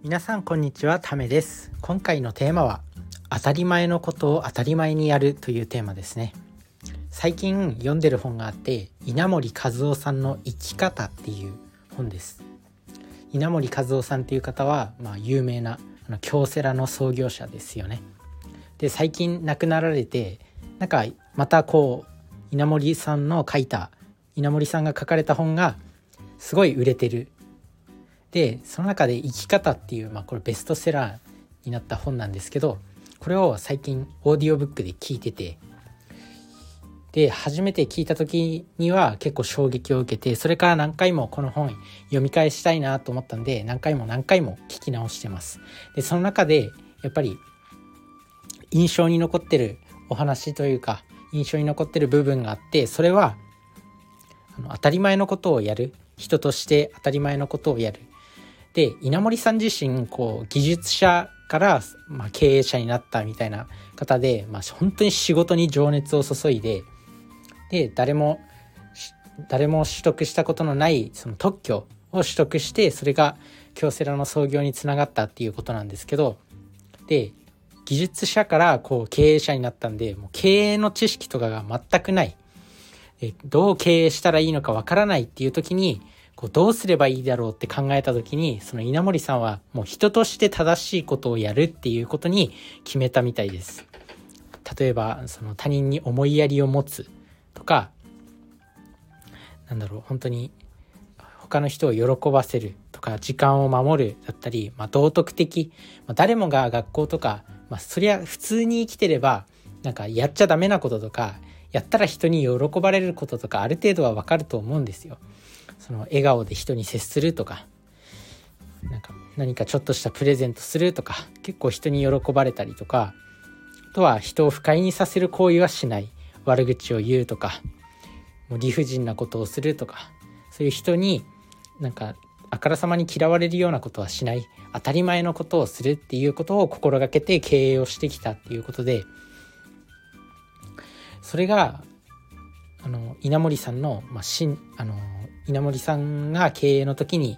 皆さんこんにちは、ためです。今回のテーマは当たり前のことを当たり前にやるというテーマですね。最近読んでる本があって、稲森和夫さんの生き方っていう本です。稲森和夫さんっていう方は、有名な京セラの創業者ですよね。で、最近亡くなられて、また稲森さんが書かれた本がすごい売れてる。でその中で生き方っていう、これベストセラーになった本なんですけど、これを最近オーディオブックで聞いてて、で初めて聞いた時には結構衝撃を受けて、それから何回もこの本読み返したいなと思ったんで、何回も聞き直してます。でその中でやっぱり印象に残ってるお話というか、印象に残ってる部分があって、それは当たり前のことをやる、人として当たり前のことをやる。で稲森さん自身技術者から、経営者になったみたいな方で、本当に仕事に情熱を注いで、誰も取得したことのないその特許を取得して、それが京セラの創業につながったっていうことなんですけど、で技術者から経営者になったんで、もう経営の知識とかが全くない、どう経営したらいいのかわからないっていう時に、どうすればいいだろうって考えた時に、その稲森さんはもう人として正しいことをやるっていうことに決めたみたいです。例えばその他人に思いやりを持つとか、本当に他の人を喜ばせるとか、時間を守るだったり、道徳的、誰もが学校とか、そりゃ普通に生きてればやっちゃダメなこととか、やったら人に喜ばれることとか、ある程度は分かると思うんですよ。その笑顔で人に接するとか、何かちょっとしたプレゼントするとか、結構人に喜ばれたりとか、あとは人を不快にさせる行為はしない、悪口を言うとか、もう理不尽なことをするとか、そういう人にあからさまに嫌われるようなことはしない、当たり前のことをするっていうことを心がけて経営をしてきたっていうことで、それが稲森さんの、稲森さんが経営の時に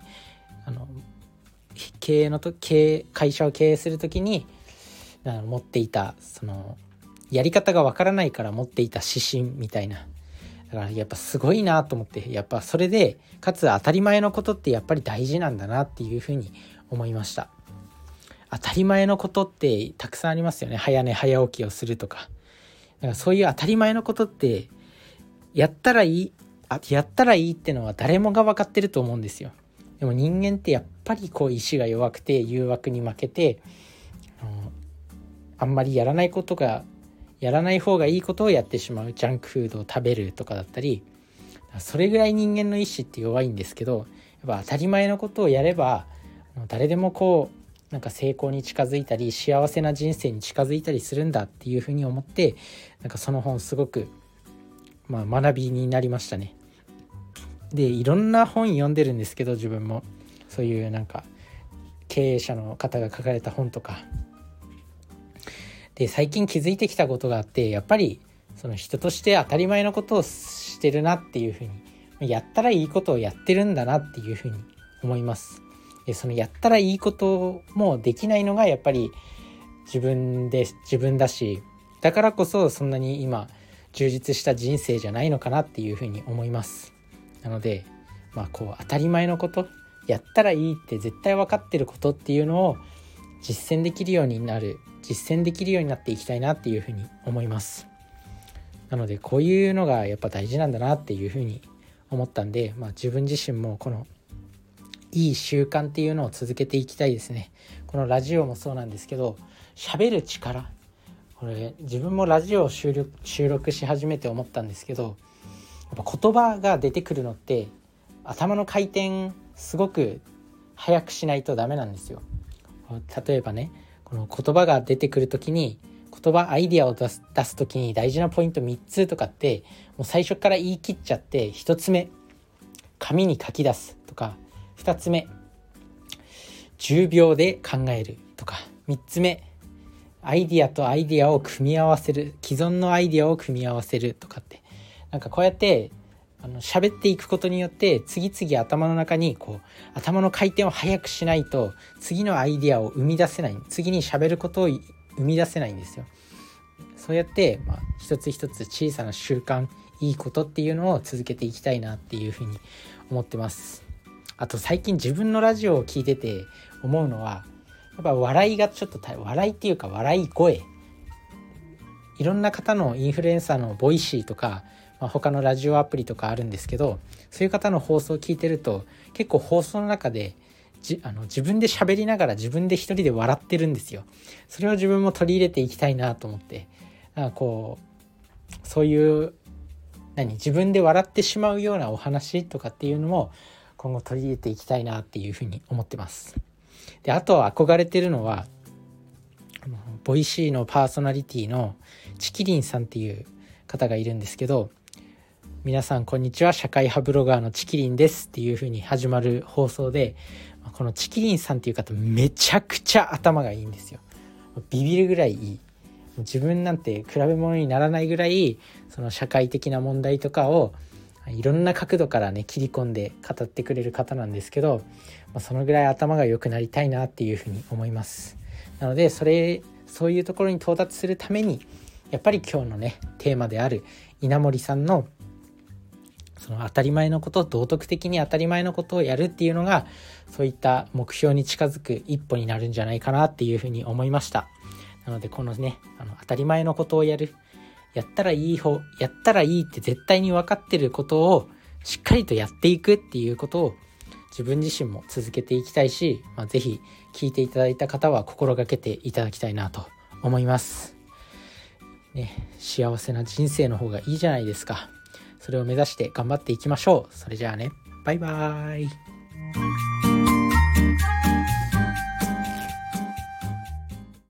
会社を経営する時に持っていた、そのやり方がわからないから持っていた指針みたいな。だからやっぱすごいなと思って、やっぱそれでかつ当たり前のことってやっぱり大事なんだなっていうふうに思いました。当たり前のことってたくさんありますよね。早寝早起きをするとか、そういう当たり前のことってやったらいいってのは誰もが分かってると思うんですよ。でも人間ってやっぱり意志が弱くて、誘惑に負けて、あんまりやらない方がいいことをやってしまう。ジャンクフードを食べるとかだったり、それぐらい人間の意志って弱いんですけど、やっぱ当たり前のことをやれば誰でも成功に近づいたり、幸せな人生に近づいたりするんだっていうふうに思って、その本すごく学びになりましたね。でいろんな本読んでるんですけど、自分もそういう経営者の方が書かれた本とかで、最近気づいてきたことがあって、やっぱりその人として当たり前のことをしてるなっていうふうに、やったらいいことをやってるんだなっていうふうに思います。でそのやったらいいこともできないのがやっぱり自分だし、だからこそそんなに今充実した人生じゃないのかなっていうふうに思います。なので当たり前のこと、やったらいいって絶対分かってることっていうのを実践できるようになっていきたいなっていうふうに思います。なのでこういうのがやっぱ大事なんだなっていうふうに思ったんで、自分自身もこのいい習慣っていうのを続けていきたいですね。このラジオもそうなんですけど、喋る力、これ自分もラジオを収録し始めて思ったんですけど、やっぱ言葉が出てくるのって頭の回転すごく早くしないとダメなんですよ。例えばね、この言葉が出てくるときに、アイディアを出すときに大事なポイント3つとかってもう最初から言い切っちゃって、1つ目紙に書き出すとか、2つ目10秒で考えるとか、3つ目アイディアとアイディアを組み合わせる、既存のアイディアを組み合わせるとかって、こうやって喋っていくことによって次々頭の中に頭の回転を速くしないと次のアイディアを生み出せない、次に喋ることを生み出せないんですよ。そうやって、一つ一つ小さな習慣、いいことっていうのを続けていきたいなっていうふうに思ってます。あと最近自分のラジオを聞いてて思うのは、やっぱ笑いがちょっと笑いっていうか笑い声、いろんな方のインフルエンサーのボイシーとか、他のラジオアプリとかあるんですけど、そういう方の放送を聞いてると結構放送の中で自分で喋りながら自分で一人で笑ってるんですよ。それを自分も取り入れていきたいなと思って、そういう自分で笑ってしまうようなお話とかっていうのも今後取り入れていきたいなっていうふうに思ってます。で、あと憧れてるのはボイシーのパーソナリティのチキリンさんっていう方がいるんですけど、皆さんこんにちは、社会派ブロガーのチキリンですっていう風に始まる放送で、このチキリンさんっていう方めちゃくちゃ頭がいいんですよ。ビビるぐらいいい。自分なんて比べ物にならないぐらいその社会的な問題とかをいろんな角度からね切り込んで語ってくれる方なんですけど、そのぐらい頭が良くなりたいなっていう風に思います。なのでそういうところに到達するためにやっぱり今日のねテーマである稲森さんのその当たり前のこと、道徳的に当たり前のことをやるっていうのがそういった目標に近づく一歩になるんじゃないかなっていうふうに思いました。なのでこのね当たり前のことをやったらいいって絶対に分かってることをしっかりとやっていくっていうことを自分自身も続けていきたいし、ぜひ聞いていただいた方は心がけていただきたいなと思いますね。幸せな人生の方がいいじゃないですか。それを目指して頑張っていきましょう。それじゃあね、バイバーイ。